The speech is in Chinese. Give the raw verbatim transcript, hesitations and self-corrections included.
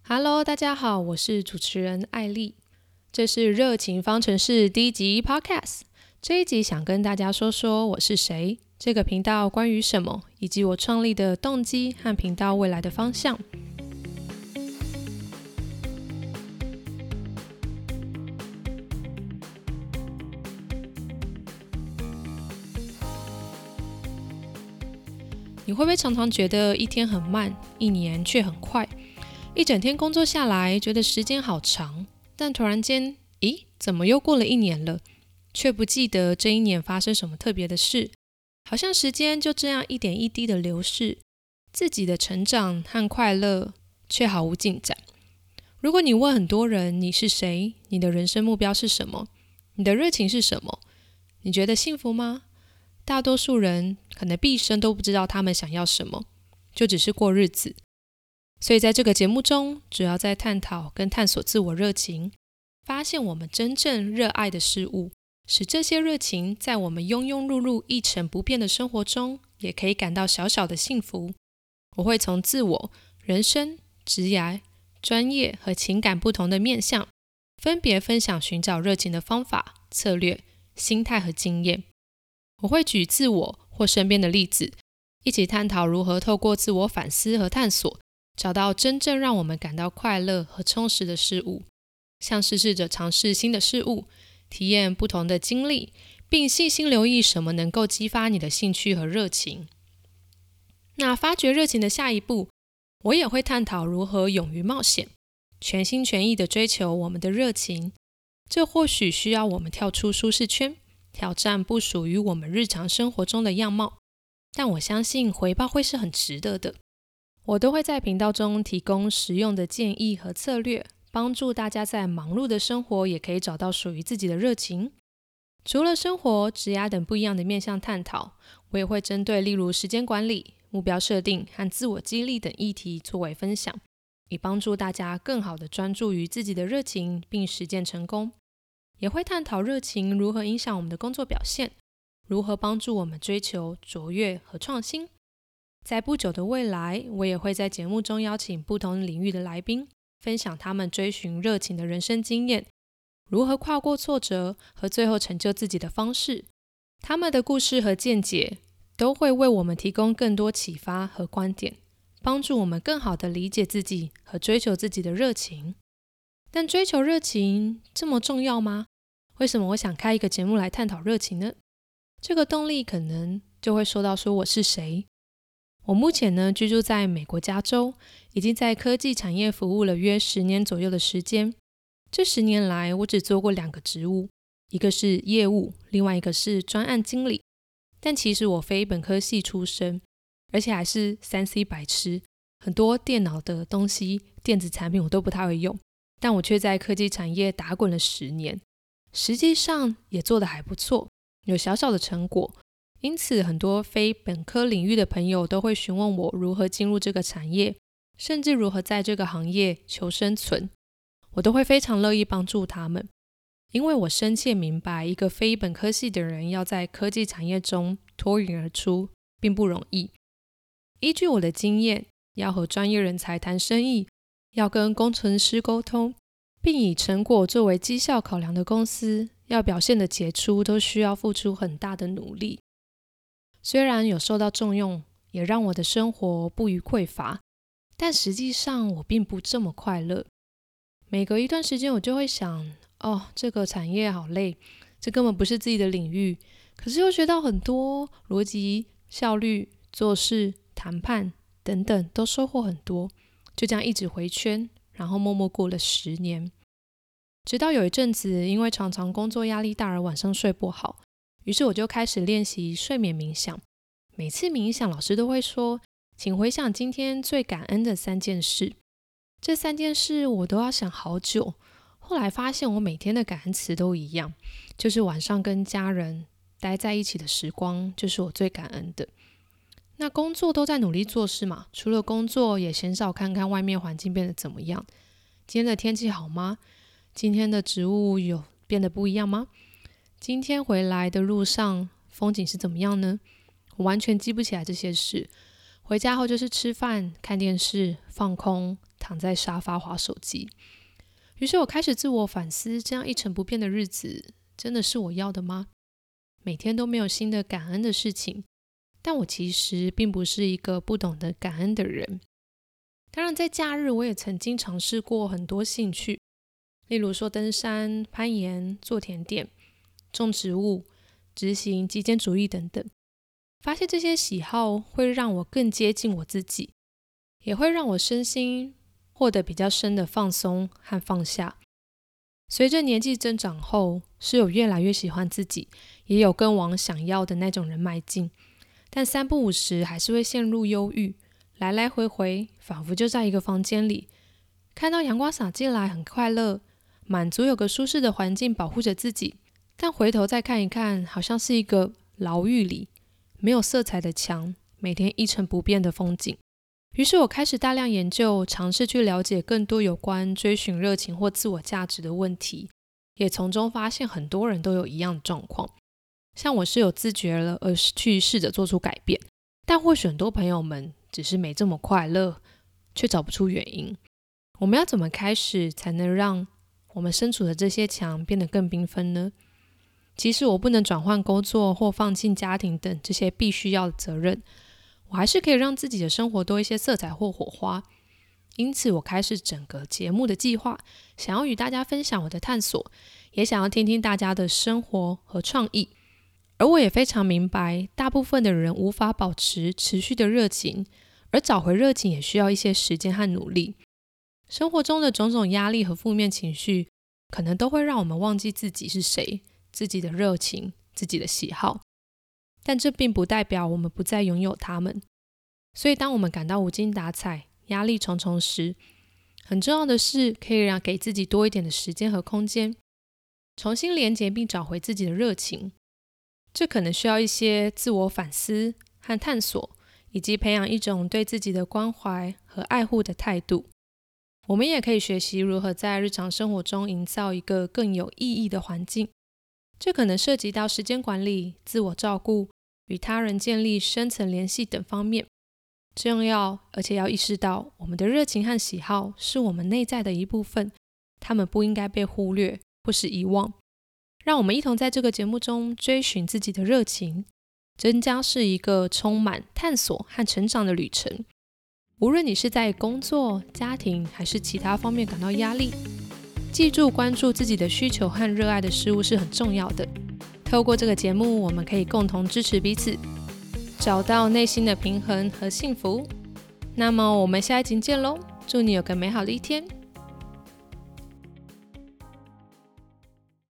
Hello， 大家好，我是主持人艾丽，这是热情方程式第一集 Podcast。这一集想跟大家说说我是谁，这个频道关于什么，以及我创立的动机和频道未来的方向。你会不会常常觉得一天很慢，一年却很快？一整天工作下来，觉得时间好长，但突然间，咦，怎么又过了一年了？却不记得这一年发生什么特别的事，好像时间就这样一点一滴的流逝，自己的成长和快乐却毫无进展。如果你问很多人你是谁，你的人生目标是什么，你的热情是什么，你觉得幸福吗？大多数人可能毕生都不知道他们想要什么，就只是过日子。所以在这个节目中，主要在探讨跟探索自我热情，发现我们真正热爱的事物，使这些热情在我们庸庸碌碌一成不变的生活中，也可以感到小小的幸福。我会从自我、人生、职业、专业和情感不同的面向，分别分享寻找热情的方法、策略、心态和经验。我会举自我或身边的例子，一起探讨如何透过自我反思和探索，找到真正让我们感到快乐和充实的事物，像是试着尝试新的事物，体验不同的经历，并细心留意什么能够激发你的兴趣和热情。那发掘热情的下一步，我也会探讨如何勇于冒险，全心全意地追求我们的热情。这或许需要我们跳出舒适圈，挑战不属于我们日常生活中的样貌，但我相信回报会是很值得的。我都会在频道中提供实用的建议和策略，帮助大家在忙碌的生活也可以找到属于自己的热情。除了生活、职业等不一样的面向探讨，我也会针对例如时间管理、目标设定和自我激励等议题作为分享，以帮助大家更好地专注于自己的热情并实践成功。也会探讨热情如何影响我们的工作表现，如何帮助我们追求卓越和创新。在不久的未来，我也会在节目中邀请不同领域的来宾，分享他们追寻热情的人生经验，如何跨过挫折和最后成就自己的方式。他们的故事和见解都会为我们提供更多启发和观点，帮助我们更好地理解自己和追求自己的热情。但追求热情这么重要吗？为什么我想开一个节目来探讨热情呢？这个动力可能就会说到说我是谁。我目前呢居住在美国加州，已经在科技产业服务了约十年左右的时间。这十年来，我只做过两个职务，一个是业务，另外一个是专案经理。但其实我非本科系出身，而且还是 三 C 白痴，很多电脑的东西、电子产品我都不太会用，但我却在科技产业打滚了十年。实际上也做得还不错，有小小的成果，因此很多非本科领域的朋友都会询问我如何进入这个产业，甚至如何在这个行业求生存，我都会非常乐意帮助他们，因为我深切明白一个非本科系的人要在科技产业中脱颖而出并不容易。依据我的经验，要和专业人才谈生意，要跟工程师沟通，并以成果作为绩效考量的公司，要表现得杰出，都需要付出很大的努力。虽然有受到重用，也让我的生活不虞匮乏，但实际上我并不这么快乐。每隔一段时间我就会想，哦，这个产业好累，这根本不是自己的领域，可是又学到很多逻辑、效率、做事、谈判等等，都收获很多，就这样一直回圈，然后默默过了十年。直到有一阵子，因为常常工作压力大而晚上睡不好，于是我就开始练习睡眠冥想。每次冥想，老师都会说，请回想今天最感恩的三件事。这三件事我都要想好久，后来发现我每天的感恩词都一样，就是晚上跟家人待在一起的时光，就是我最感恩的。那工作都在努力做事嘛，除了工作也鲜少看看外面环境变得怎么样。今天的天气好吗？今天的植物有变得不一样吗？今天回来的路上风景是怎么样呢？完全记不起来这些事。回家后就是吃饭、看电视、放空、 躺在沙发滑手机。于是我开始自我反思，这样一成不变的日子真的是我要的吗？每天都没有新的感恩的事情，但我其实并不是一个不懂得感恩的人。当然在假日我也曾经尝试过很多兴趣，例如说登山、攀岩、做甜点、种植物、执行极简主义等等。发现这些喜好会让我更接近我自己，也会让我身心获得比较深的放松和放下。随着年纪增长后，是有越来越喜欢自己，也有更往想要的那种人迈进，但三不五时还是会陷入忧郁，来来回回仿佛就在一个房间里，看到阳光洒进来很快乐，满足有个舒适的环境保护着自己，但回头再看一看，好像是一个牢狱里没有色彩的墙，每天一成不变的风景。于是我开始大量研究，尝试去了解更多有关追寻热情或自我价值的问题，也从中发现很多人都有一样的状况。像我是有自觉了而去试着做出改变，但或许很多朋友们只是没这么快乐，却找不出原因。我们要怎么开始才能让我们身处的这些墙变得更缤纷呢？即使我不能转换工作或放弃家庭等这些必须要的责任，我还是可以让自己的生活多一些色彩或火花。因此我开始整个节目的计划，想要与大家分享我的探索，也想要听听大家的生活和创意。而我也非常明白，大部分的人无法保持持续的热情，而找回热情也需要一些时间和努力。生活中的种种压力和负面情绪，可能都会让我们忘记自己是谁，自己的热情，自己的喜好。但这并不代表我们不再拥有它们。所以当我们感到无精打采、压力重重时，很重要的是可以让给自己多一点的时间和空间，重新连结并找回自己的热情。这可能需要一些自我反思和探索，以及培养一种对自己的关怀和爱护的态度。我们也可以学习如何在日常生活中营造一个更有意义的环境。这可能涉及到时间管理、自我照顾、与他人建立深层联系等方面。重要，而且要意识到，我们的热情和喜好是我们内在的一部分，它们不应该被忽略或是遗忘。让我们一同在这个节目中追寻自己的热情，真将是一个充满探索和成长的旅程。无论你是在工作、家庭还是其他方面感到压力，记住关注自己的需求和热爱的事物是很重要的。透过这个节目，我们可以共同支持彼此，找到内心的平衡和幸福。那么我们下一集见咯，祝你有个美好的一天。